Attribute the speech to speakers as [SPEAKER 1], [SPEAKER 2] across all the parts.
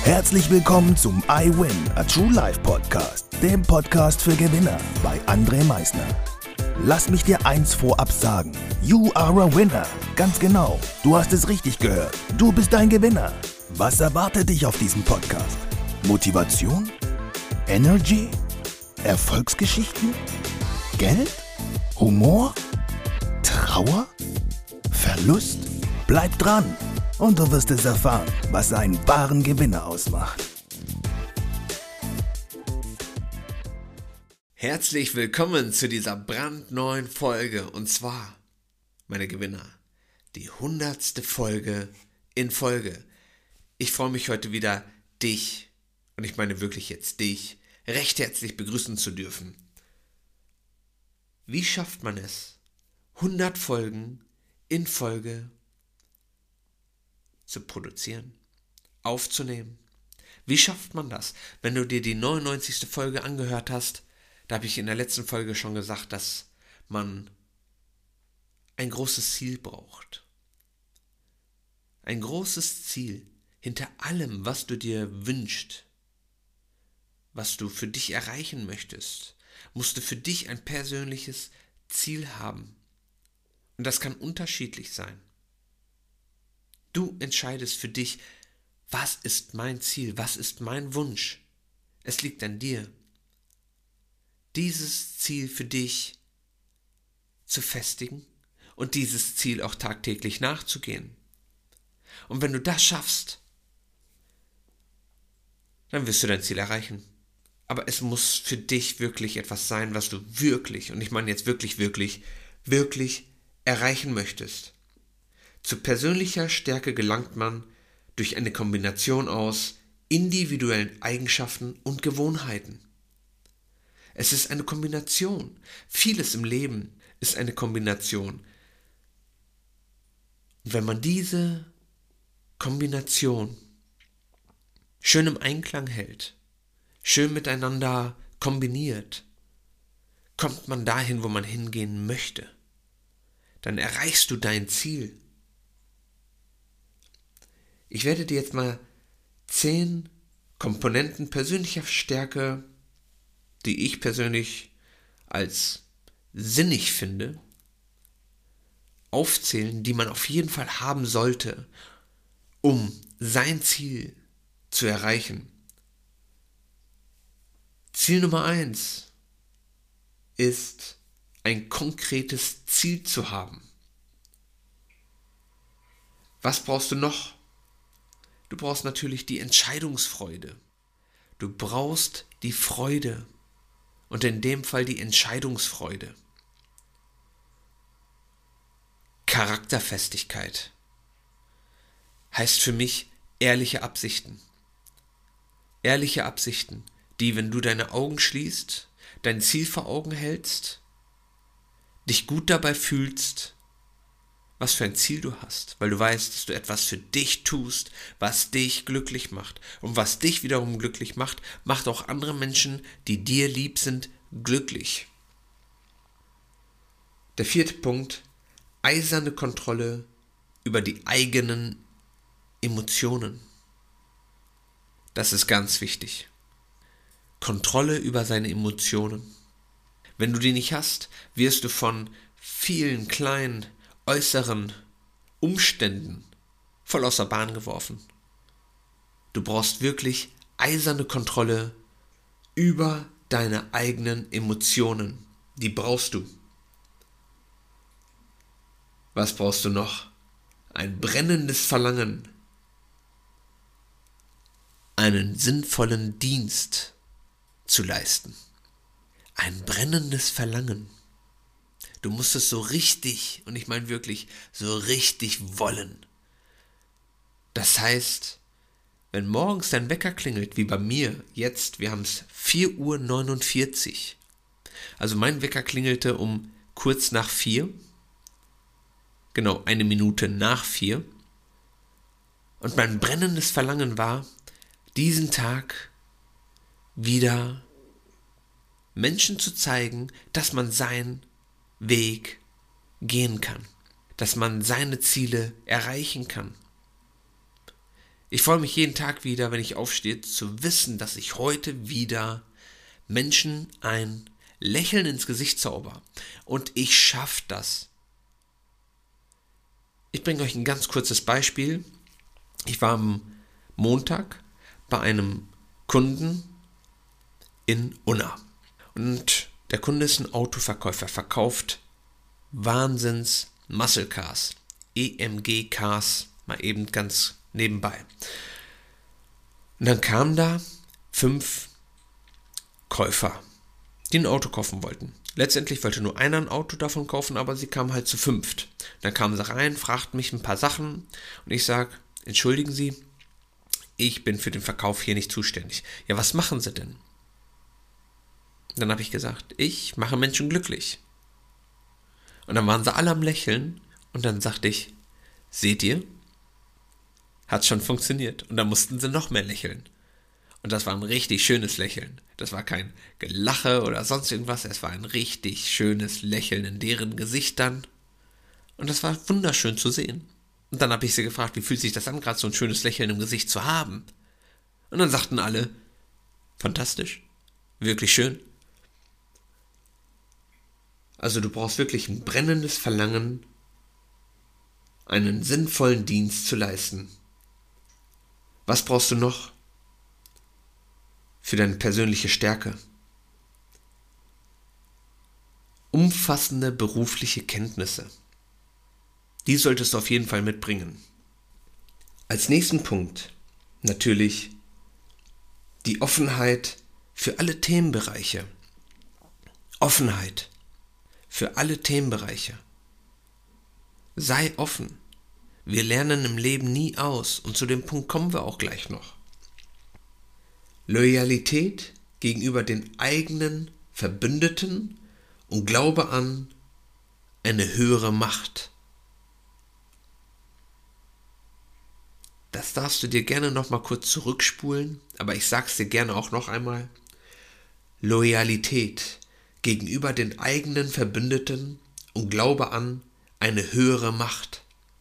[SPEAKER 1] Herzlich willkommen zum I Win, a True Life Podcast, dem Podcast für Gewinner bei André Meisner. Lass mich dir eins vorab sagen. You are a winner. Ganz genau. Du hast es richtig gehört. Du bist ein Gewinner. Was erwartet dich auf diesem Podcast? Motivation? Energy? Erfolgsgeschichten? Geld? Humor? Trauer? Verlust? Bleib dran und du wirst es erfahren, was einen wahren Gewinner ausmacht.
[SPEAKER 2] Herzlich willkommen zu dieser brandneuen Folge, und zwar, meine Gewinner, die 100. Folge in Folge. Ich freue mich heute wieder, dich, und ich meine wirklich jetzt dich, recht herzlich begrüßen zu dürfen. Wie schafft man es, 100 Folgen in Folge zu produzieren, aufzunehmen? Wie schafft man das? Wenn du dir die 99. Folge angehört hast, da habe ich in der letzten Folge schon gesagt, dass man ein großes Ziel braucht. Ein großes Ziel hinter allem, was du dir wünschst, was du für dich erreichen möchtest, musst du für dich ein persönliches Ziel haben. Und das kann unterschiedlich sein. Du entscheidest für dich, was ist mein Ziel, was ist mein Wunsch. Es liegt an dir, dieses Ziel für dich zu festigen und dieses Ziel auch tagtäglich nachzugehen. Und wenn du das schaffst, dann wirst du dein Ziel erreichen. Aber es muss für dich wirklich etwas sein, was du wirklich, und ich meine jetzt wirklich, wirklich erreichen möchtest. Zu persönlicher Stärke gelangt man durch eine Kombination aus individuellen Eigenschaften und Gewohnheiten. Es ist eine Kombination. Vieles im Leben ist eine Kombination. Und wenn man diese Kombination schön im Einklang hält, schön miteinander kombiniert, kommt man dahin, wo man hingehen möchte. Dann erreichst du dein Ziel. Ich werde dir jetzt mal 10 Komponenten persönlicher Stärke, die ich persönlich als sinnig finde, aufzählen, die man auf jeden Fall haben sollte, um sein Ziel zu erreichen. Ziel Nummer 1 ist, ein konkretes Ziel zu haben. Was brauchst du noch? Du brauchst natürlich die Entscheidungsfreude. Du brauchst die Freude. Und in dem Fall die Entscheidungsfreude. Charakterfestigkeit heißt für mich ehrliche Absichten. Ehrliche Absichten, die, wenn du deine Augen schließt, dein Ziel vor Augen hältst, dich gut dabei fühlst, was für ein Ziel du hast, weil du weißt, dass du etwas für dich tust, was dich glücklich macht. Und was dich wiederum glücklich macht, macht auch andere Menschen, die dir lieb sind, glücklich. Der 4. Punkt, eiserne Kontrolle über die eigenen Emotionen. Das ist ganz wichtig. Kontrolle über seine Emotionen. Wenn du die nicht hast, wirst du von vielen kleinen äußeren Umständen voll aus der Bahn geworfen. Du brauchst wirklich eiserne Kontrolle über deine eigenen Emotionen. Die brauchst du. Was brauchst du noch? Ein brennendes Verlangen, einen sinnvollen Dienst zu leisten. Ein brennendes Verlangen. Du musst es so richtig, und ich meine wirklich, so richtig wollen. Das heißt, wenn morgens dein Wecker klingelt, wie bei mir jetzt, wir haben es 4:49 Uhr. Also mein Wecker klingelte um kurz nach 4. Genau, 1 Minute nach 4. Und mein brennendes Verlangen war, diesen Tag wieder Menschen zu zeigen, dass man seinen Weg gehen kann, dass man seine Ziele erreichen kann. Ich freue mich jeden Tag wieder, wenn ich aufstehe, zu wissen, dass ich heute wieder Menschen ein Lächeln ins Gesicht zauber. Und ich schaffe das. Ich bringe euch ein ganz kurzes Beispiel. Ich war am Montag bei einem Kunden in Unna. Und der Kunde ist ein Autoverkäufer, verkauft Wahnsinns Muscle Cars, EMG Cars, mal eben ganz nebenbei. Und dann kamen da 5 Käufer, die ein Auto kaufen wollten. Letztendlich wollte nur einer ein Auto davon kaufen, aber sie kamen halt zu 5. Dann kamen sie rein, fragten mich ein paar Sachen und ich sage, entschuldigen Sie, ich bin für den Verkauf hier nicht zuständig. Ja, was machen Sie denn? Dann habe ich gesagt, ich mache Menschen glücklich. Und dann waren sie alle am Lächeln und dann sagte ich, seht ihr, hat schon funktioniert. Und dann mussten sie noch mehr lächeln. Und das war ein richtig schönes Lächeln. Das war kein Gelache oder sonst irgendwas, es war ein richtig schönes Lächeln in deren Gesichtern. Und das war wunderschön zu sehen. Und dann habe ich sie gefragt, wie fühlt sich das an, gerade so ein schönes Lächeln im Gesicht zu haben? Und dann sagten alle, fantastisch, wirklich schön. Also du brauchst wirklich ein brennendes Verlangen, einen sinnvollen Dienst zu leisten. Was brauchst du noch für deine persönliche Stärke? Umfassende berufliche Kenntnisse. Die solltest du auf jeden Fall mitbringen. Als nächsten Punkt natürlich die Offenheit für alle Themenbereiche. Offenheit für alle Themenbereiche. Sei offen. Wir lernen im Leben nie aus und zu dem Punkt kommen wir auch gleich noch. Loyalität gegenüber den eigenen Verbündeten und Glaube an eine höhere Macht. Das darfst du dir gerne nochmal kurz zurückspulen, aber ich sag's dir gerne auch noch einmal. Loyalität gegenüber den eigenen Verbündeten und Glaube an eine höhere Macht.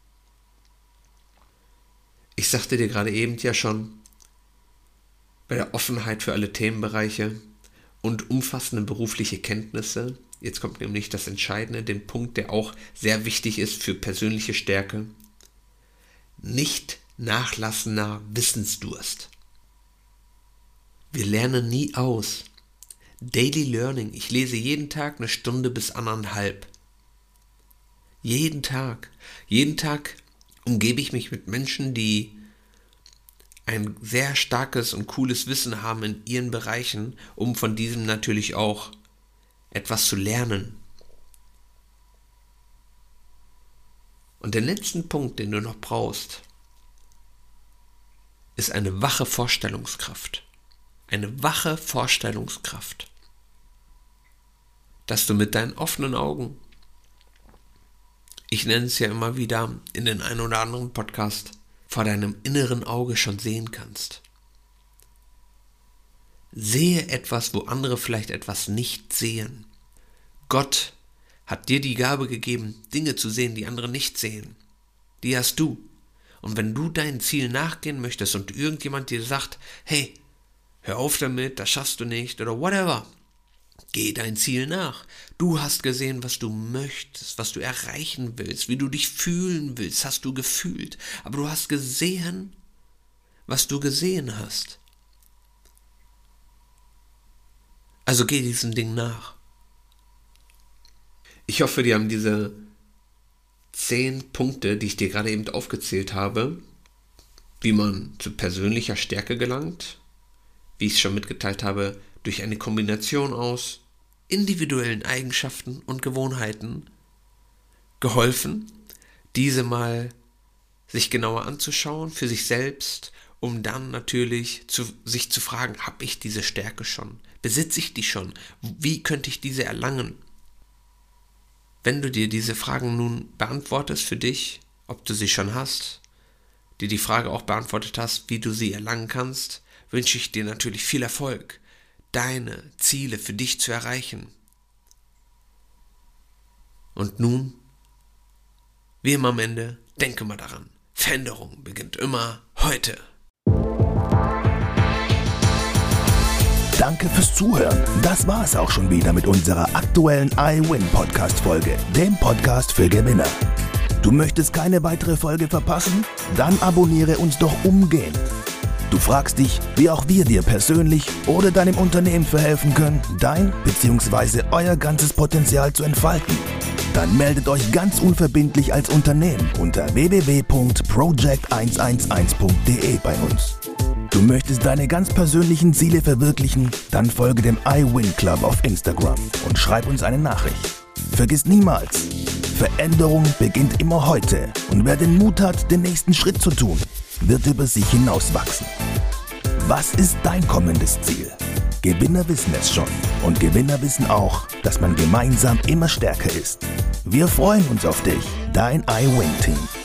[SPEAKER 2] Ich sagte dir gerade eben ja schon, bei der Offenheit für alle Themenbereiche und umfassende berufliche Kenntnisse, jetzt kommt nämlich das Entscheidende, den Punkt, der auch sehr wichtig ist für persönliche Stärke, nicht nachlassender Wissensdurst. Wir lernen nie aus. Daily Learning, ich lese jeden Tag 1 Stunde bis 1,5. Jeden Tag umgebe ich mich mit Menschen, die ein sehr starkes und cooles Wissen haben in ihren Bereichen, um von diesem natürlich auch etwas zu lernen. Und der letzte Punkt, den du noch brauchst, ist eine wache Vorstellungskraft. Eine wache Vorstellungskraft. Dass du mit deinen offenen Augen, ich nenne es ja immer wieder in den ein oder anderen Podcast, vor deinem inneren Auge schon sehen kannst. Sehe etwas, wo andere vielleicht etwas nicht sehen. Gott hat dir die Gabe gegeben, Dinge zu sehen, die andere nicht sehen. Die hast du. Und wenn du dein Ziel nachgehen möchtest und irgendjemand dir sagt, hey, hör auf damit, das schaffst du nicht oder whatever, geh dein Ziel nach. Du hast gesehen, was du möchtest, was du erreichen willst, wie du dich fühlen willst, hast du gefühlt. Aber du hast gesehen, was du gesehen hast. Also geh diesem Ding nach. Ich hoffe, dir haben diese 10 Punkte, die ich dir gerade eben aufgezählt habe, wie man zu persönlicher Stärke gelangt, wie ich es schon mitgeteilt habe, durch eine Kombination aus individuellen Eigenschaften und Gewohnheiten geholfen, diese mal sich genauer anzuschauen für sich selbst, um dann natürlich sich zu fragen, habe ich diese Stärke schon? Besitze ich die schon? Wie könnte ich diese erlangen? Wenn du dir diese Fragen nun beantwortest für dich, ob du sie schon hast, dir die Frage auch beantwortet hast, wie du sie erlangen kannst, wünsche ich dir natürlich viel Erfolg, deine Ziele für dich zu erreichen. Und nun, wie immer am Ende, denke mal daran, Veränderung beginnt immer heute.
[SPEAKER 1] Danke fürs Zuhören. Das war es auch schon wieder mit unserer aktuellen iWin-Podcast-Folge, dem Podcast für Gewinner. Du möchtest keine weitere Folge verpassen? Dann abonniere uns doch umgehend. Du fragst dich, wie auch wir dir persönlich oder deinem Unternehmen verhelfen können, dein bzw. euer ganzes Potenzial zu entfalten. Dann meldet euch ganz unverbindlich als Unternehmen unter www.project111.de bei uns. Du möchtest deine ganz persönlichen Ziele verwirklichen? Dann folge dem iWin Club auf Instagram und schreib uns eine Nachricht. Vergiss niemals, Veränderung beginnt immer heute und wer den Mut hat, den nächsten Schritt zu tun, wird über sich hinauswachsen. Was ist dein kommendes Ziel? Gewinner wissen es schon und Gewinner wissen auch, dass man gemeinsam immer stärker ist. Wir freuen uns auf dich, dein iWin-Team.